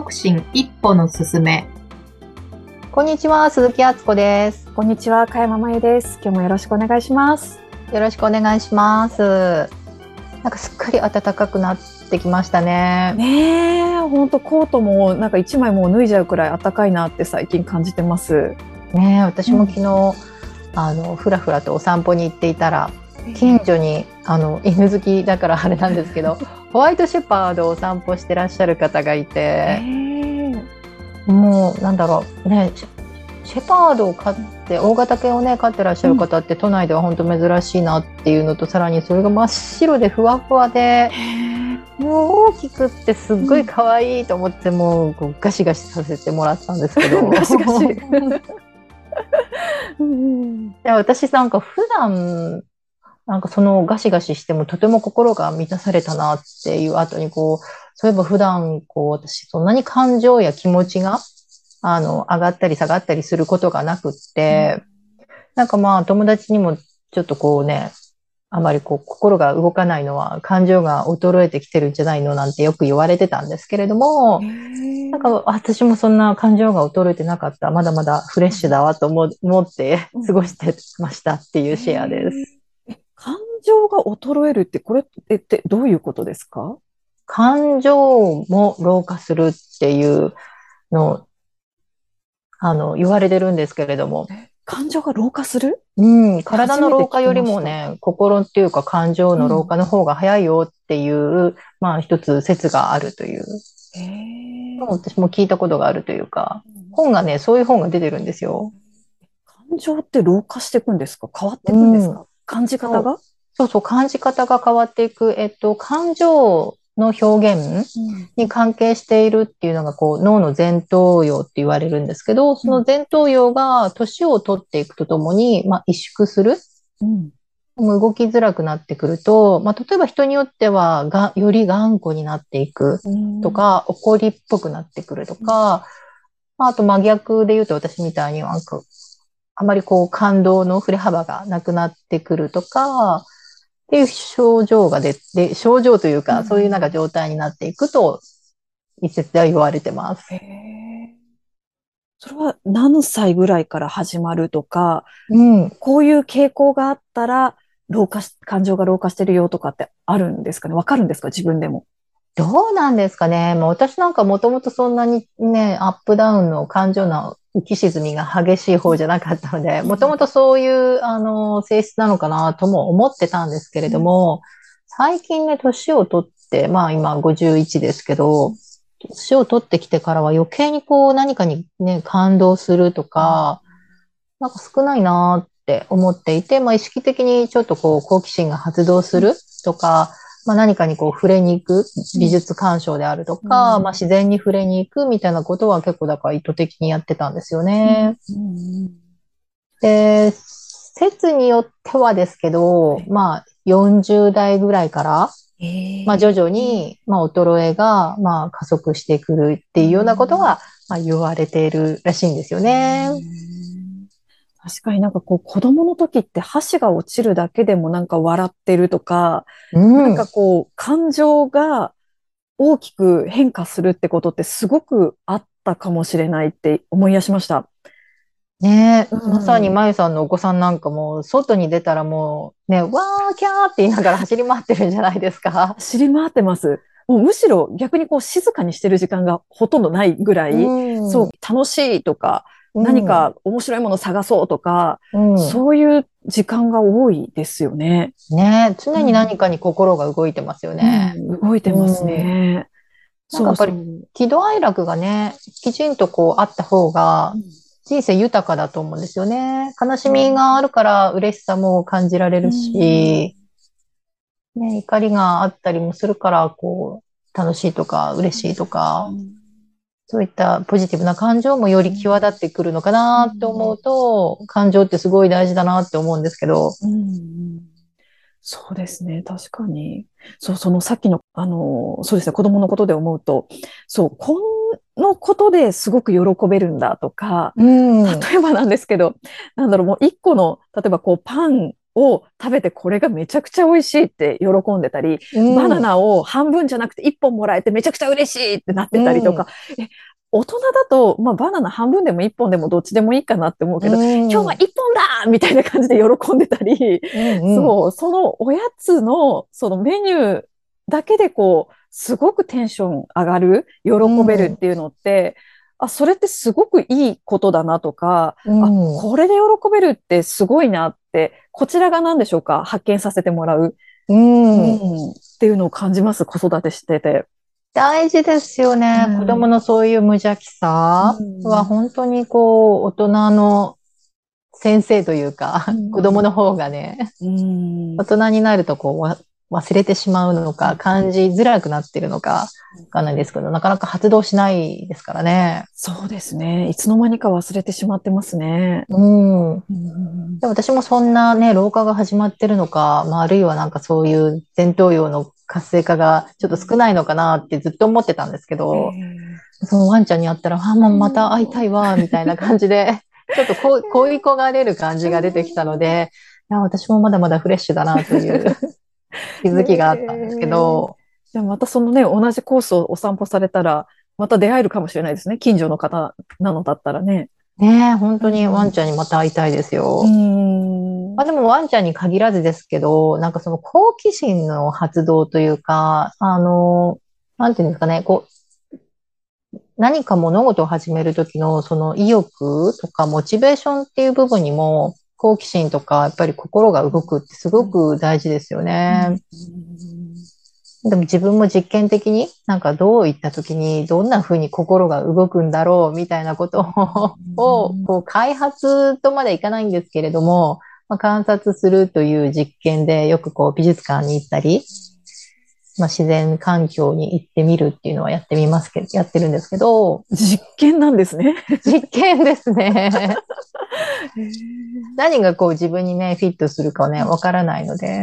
促進一歩のすすめ。 こんにちは、鈴木敦子です。 こんにちは、加山真由です。今日もよろしくお願いします。 よろしくお願いします。なんかすっかり暖かくなってきましたね。 ねえ、本当コートもなんか一枚もう脱いじゃうくらい暖かいなって最近感じてます。 ねえ、私も昨日、ふらふらとお散歩に行っていたら、近所に犬好きだからあれなんですけど、ホワイトシェパードをお散歩してらっしゃる方がいて、もうなんだろうね、シェパードを飼って大型犬をね飼ってらっしゃる方って都内では本当珍しいなっていうのと、さらにそれが真っ白でふわふわで、もう大きくってすっごい可愛いと思って、もうこうガシガシさせてもらったんですけどガシガシで、私なんか普段なんかそのガシガシしてもとても心が満たされたなっていう後に、こうそういえば普段こう私そんなに感情や気持ちが上がったり下がったりすることがなくって、なんかまあ友達にもちょっとこうね、あまりこう心が動かないのは感情が衰えてきてるんじゃないのなんてよく言われてたんですけれども、なんか私もそんな感情が衰えてなかった、まだまだフレッシュだわと思って過ごしてましたっていうシェアです。 感情が衰えるってこれってどういうことですか？ 感情も老化するっていうのを言われてるんですけれども、 感情が老化する？ 体の老化よりもね、心っていうか感情の老化の方が早いよっていう、まあ一つ説があるという。私も聞いたことがあるというか、本がね、そういう本が出てるんですよ。 感情って老化していくんですか？変わっていくんですか？感じ方が？ そう、感じ方が変わっていく。感情の表現に関係しているっていうのが、こう、脳の前頭葉って言われるんですけど、その前頭葉が年を取っていくとともに、まあ、萎縮する。動きづらくなってくると、まあ、例えば人によってはより頑固になっていくとか、怒りっぽくなってくるとか、まあ、あと真逆で言うと私みたいになんか、あまりこう感動の振れ幅がなくなってくるとか、っていう症状が症状というか、そういうなんか状態になっていくと、一説では言われてます。 それは何歳ぐらいから始まるとか、こういう傾向があったら、感情が老化してるよとかってあるんですかね？わかるんですか？自分でも。 どうなんですかね。もう私なんかもともとそんなにね、アップダウンの感情の浮き沈みが激しい方じゃなかったので、もともとそういう、性質なのかなとも思ってたんですけれども、最近ね、年を取って、まあ今51ですけど、年を取ってきてからは余計にこう何かにね、感動するとか、なんか少ないなって思っていて、まあ意識的にちょっとこう好奇心が発動するとか、まあ何かにこう触れに行く、美術鑑賞であるとか、まあ自然に触れに行くみたいなことは結構だから意図的にやってたんですよね。で、説によってはですけど、まあ40代ぐらいから、まあ徐々に、まあ衰えが、まあ加速してくるっていうようなことが、まあ言われているらしいんですよね。 確かになんかこう子供の時って箸が落ちるだけでもなんか笑ってるとか、なんかこう感情が大きく変化するってことってすごくあったかもしれないって思い出しました。 ねえ、まさにまゆさんのお子さんなんかも、外に出たらもう、ね、わーキャーって言いながら走り回ってるんじゃないですか。 走り回ってます。もうむしろ逆にこう静かにしてる時間がほとんどないぐらい、そう、楽しいとか、何か面白いもの探そうとか、そういう時間が多いですよね。 ねえ、常に何かに心が動いてますよね。 動いてますね。 なんかやっぱり、喜怒哀楽がね、きちんとこうあった方が、人生豊かだと思うんですよね。悲しみがあるから嬉しさも感じられるし、ね、怒りがあったりもするから、こう、楽しいとか嬉しいとか、そういったポジティブな感情もより際立ってくるのかなって思うと、感情ってすごい大事だなって思うんですけど。 そうですね。確かに。そう、そのさっきの、そうですね。子供のことで思うと、そう、このことですごく喜べるんだとか、例えばなんですけど、なんだろう、もう一個の、例えばこう、パンを食べてこれがめちゃくちゃ美味しいって喜んでたり、 うんバナナを半分じゃなくて1本もらえてめちゃくちゃ嬉しいってなってたりとか、大人だと、まあ、バナナ半分でも1本でもどっちでもいいかなって思うけど、今日は1本だみたいな感じで喜んでたり、そう、そのおやつの、そのメニューだけでこう、すごくテンション上がる、喜べるっていうのって、それってすごくいいことだなとか、これで喜べるってすごいなって、こちらが何でしょうか、発見させてもらう、っていうのを感じます、子育てしてて。 大事ですよね。子供のそういう無邪気さは本当にこう、大人の先生というか、子供の方がね、大人になるとこう、忘れてしまうのか、感じづらくなってるのか、わかんないですけど、なかなか発動しないですからね。 そうですね。いつの間にか忘れてしまってますね。 でも私もそんなね、老化が始まってるのか、あるいはなんかそういう前頭葉の活性化がちょっと少ないのかなってずっと思ってたんですけど、そのワンちゃんに会ったら、もうまた会いたいわ、みたいな感じで、ちょっと恋焦がれる感じが出てきたので、いや、私もまだまだフレッシュだなという気づきがあったんですけど。 でもまたそのね、同じコースをお散歩されたら、また出会えるかもしれないですね。近所の方なのだったらね。 ねえ、本当にワンちゃんにまた会いたいですよ。でもワンちゃんに限らずですけど、なんかその好奇心の発動というか、なんていうんですかね、何か物事を始めるときのその意欲とかモチベーションっていう部分にも好奇心とかやっぱり心が動くってすごく大事ですよね。でも自分も実験的になんかどういったときにどんな風に心が動くんだろうみたいなことをこう開発とまでいかないんですけれども、観察するという実験でよくこう美術館に行ったり、自然環境に行ってみるっていうのはやってるんですけど。 実験なんですね。 実験ですね。何がこう自分にね、フィットするかはね、わからないので。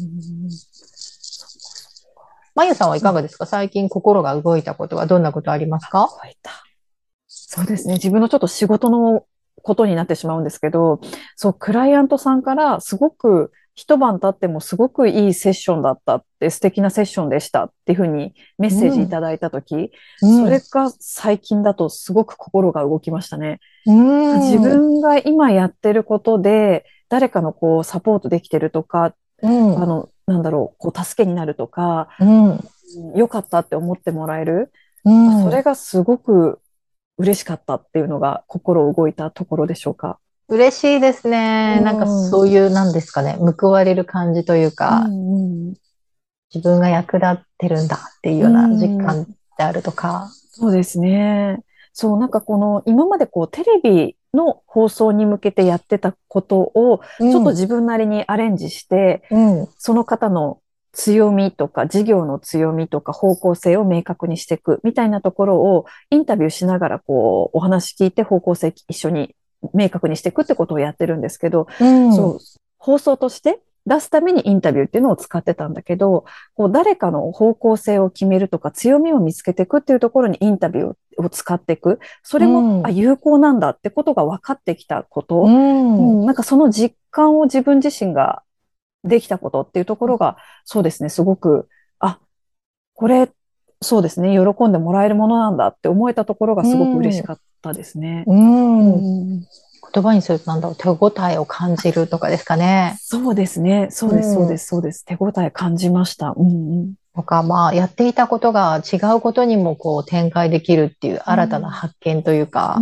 まゆさんはいかがですか？最近心が動いたことはどんなことありますか？ そうですね。自分のちょっと仕事のことになってしまうんですけど、そう、クライアントさんからすごく一晩経ってもすごくいいセッションだったって、素敵なセッションでしたっていうふうにメッセージいただいたとき、それが最近だとすごく心が動きましたね。自分が今やってることで誰かのこうサポートできてるとか、なんだろう、こう助けになるとか、良かったって思ってもらえる、それがすごく嬉しかったっていうのが心動いたところでしょうか。 嬉しいですね。なんかそういう、なんですかね、報われる感じというか、自分が役立ってるんだっていうような実感であるとか。 そうですね。そう、なんかこの、今までこう、テレビの放送に向けてやってたことを、ちょっと自分なりにアレンジして、その方の強みとか、事業の強みとか、方向性を明確にしていくみたいなところを、インタビューしながら、こう、お話聞いて方向性一緒に明確にしていくってことをやってるんですけど、そう、放送として出すためにインタビューっていうのを使ってたんだけど、こう誰かの方向性を決めるとか強みを見つけていくっていうところにインタビューを使っていく。それも、有効なんだってことが分かってきたこと。なんかその実感を自分自身ができたことっていうところが、そうですね、すごく、これ、そうですね、喜んでもらえるものなんだって思えたところがすごく嬉しかったですね。 言葉にするとなんだろう、手応えを感じるとかですかね。 そうですね。そうです、そうです、そうです。手応え感じました。 とか、やっていたことが違うことにもこう展開できるっていう新たな発見というか。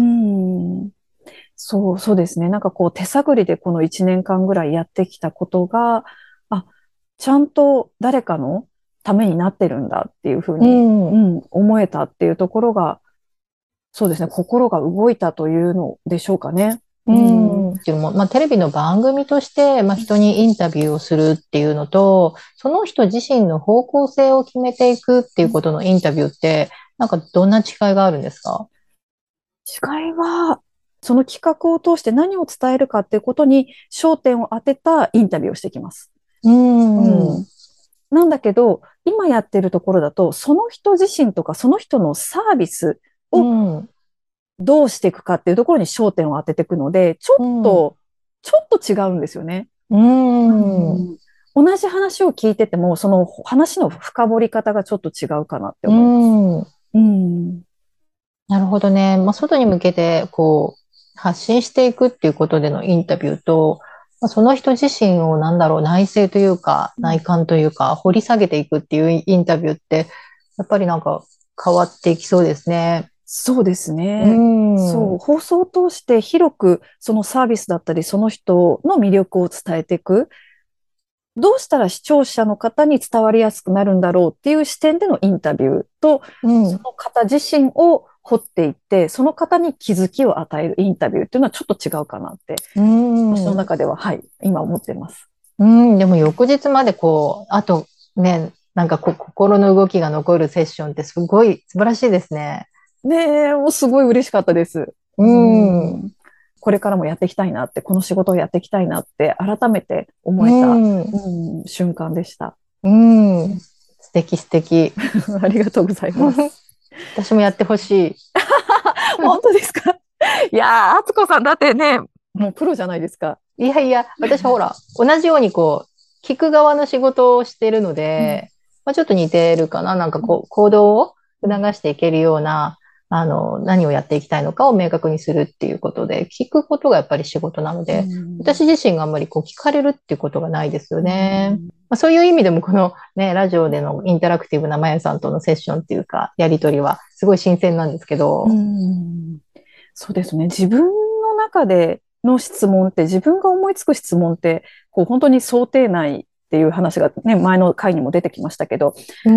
そうですね。なんかこう手探りでこの1年間ぐらいやってきたことが、ちゃんと誰かのためになってるんだっていうふうに、思えたっていうところが、そうですね。心が動いたというのでしょうかね。 っていうのも、テレビの番組として、人にインタビューをするっていうのと、その人自身の方向性を決めていくっていうことのインタビューって、なんかどんな違いがあるんですか？ 違いは、その企画を通して何を伝えるかっていうことに焦点を当てたインタビューをしてきます。なんだけど、今やってるところだと、その人自身とかその人のサービスをどうしていくかっていうところに焦点を当てていくので、ちょっと違うんですよね。 うん。 同じ話を聞いてても、その話の深掘り方がちょっと違うかなってう思います。 ん。 うん。 なるほどね。まあ、外に向けて、発信していくっていうことでのインタビューと、まあ、その人自身を内省というか、 うん、 内観というか、掘り下げていくっていうインタビューって、やっぱり変わっていきそうですね。 そうですうね。そう、 ん。 放送を通して広くそのサービスだったり、その人の魅力を伝えていく。どうしたら視聴者の方に伝わりやすくなるんだろうっていう視点でのインタビューと、 うん。 その方自身を掘っていって、その方に気づきを与えるインタビューっていうのはちょっと違うかなって、 うん。 私の中では、はい、今思ってます。 うん。でも翌日まであとね、心の動きが残るセッションってすごい素晴らしいですね。 ねえ、もうすごい嬉しかったです。 ううん。 ん。これからもやっていきたいなって、この仕事をやっていきたいなって改めてう思えた、 ん。 瞬間でした。 うん。素敵素敵。 ありがとうございます。 私もやってほしい。 本当ですか？いやー、敦子さんだってね、もうプロじゃないですか。 いやいや、私ほら、同じように聞く側の仕事をしてるのうん、 で、まあ、ちょっと似てるかな。 うん、 行動をうん。 促していけるような、何をやっていきたいのかを明確にするっていうことで、聞くことがやっぱり仕事なのうで、 ん、 私自身があんまり聞かれるっていうことがないですようね。 ん、 まあ、そういう意味でもこのね、ラジオでのインタラクティブなまやさんとのセッションっていうか、やりとりはすごい新鮮なんですけうど、 ん。そうですね。自分の中での質問って、自分が思いつく質問って、こう本当に想定内っていう話がね、前の回にも出てきましたけど、 うん。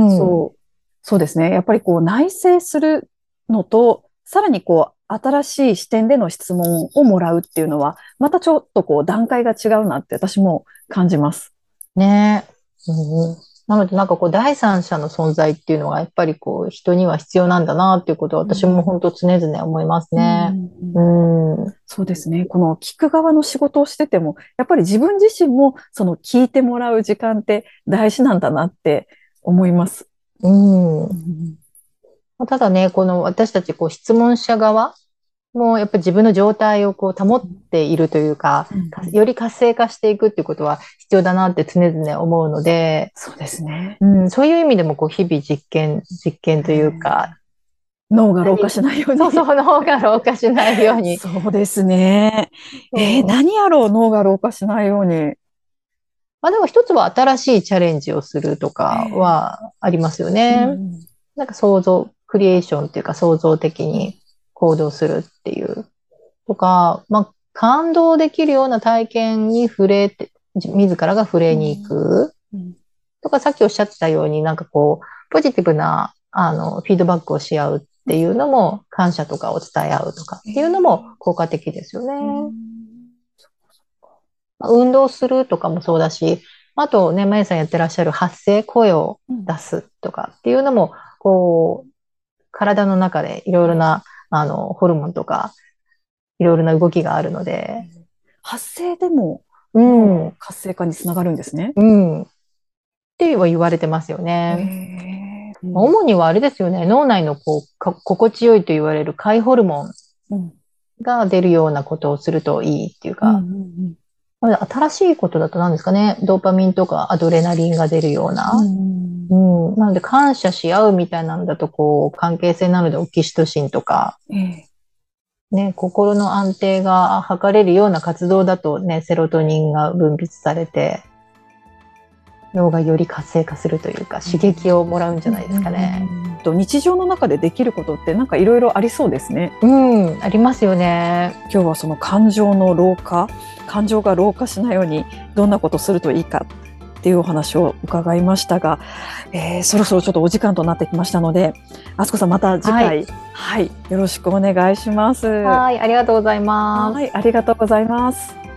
そうですね。やっぱりこう内省するのと、さらにこう新しい視点での質問をもらうっていうのは、またちょっとこう段階が違うなって私も感じます。 ね。うん。なので第三者の存在っていうのがやっぱり人には必要なんだなっていうことは私もうん、 本当常々思いますうね。うん、 ん。 そうですね。この聞く側の仕事をしてても、やっぱり自分自身もその聞いてもらう時間って大事なんだなって思います。 うん。 うん、 ただね、この私たち質問者側もやっぱり自分の状態を保っているというか、 うん、 より活性化していくっていうことは必要だなって常々思うので、 そうですね。 うん、そういう意味でも日々実験というか、 脳が老化しないように。 そうそう、脳が老化しないように。 そうですね。 そう。 何やろう、脳が老化しないように。 まあでも一つは新しいチャレンジをするとえかえ、 はありますようね。 ん、 クリエーションっていうか創造的うん、 に行動するっていう。とか、まあ感動できるような体験に自らが触れに行うん、 く。 うん、 とか、さっきおっしゃってたようにポジティブな、フィードバックをし合うっていうのも、感謝とかを伝え合うとかえっていうのもえ、 効果的ですようね。 ん、 運動するとかもそうだし、あとね、まゆさんやってらっしゃる発声、声をうん、 出すとかっていうのも、体の中でいろいろな、ホルモンとか、いろいろな動きがあるので、 発声でもう脳のん、 活性化につながるんですね。 うん、っては言われてますよへね。 え、うん、 主にはあれですよね、脳内の心地よいと言われる快ホルモンうん、 が出るようなことをするといいっていううん、うか、 ん、 新しいことだと何ですかね、ドーパミンとかアドレナリンが出るよううな、うん、 ん。なので、感謝し合うみたいなのだと、関係性なので、オキシトシンとか、 ええ、 ね、心の安定が図れるような活動だとね、セロトニンが分泌されて、脳がより活性化するというか、刺激をもらうんじゃないですかね。 日常の中でできることってなんかいろいろありそうですね。 うん、ありますよね。 今日はその感情の老化、感情が老化しないようにどんなことするといいかっていうお話を伺いましたが、そろそろちょっとお時間となってきましたので、あすこさんまた次はい。 回、はい、よろしくお願いします。 はい、ありがとうございます。 はい、ありがとうございます。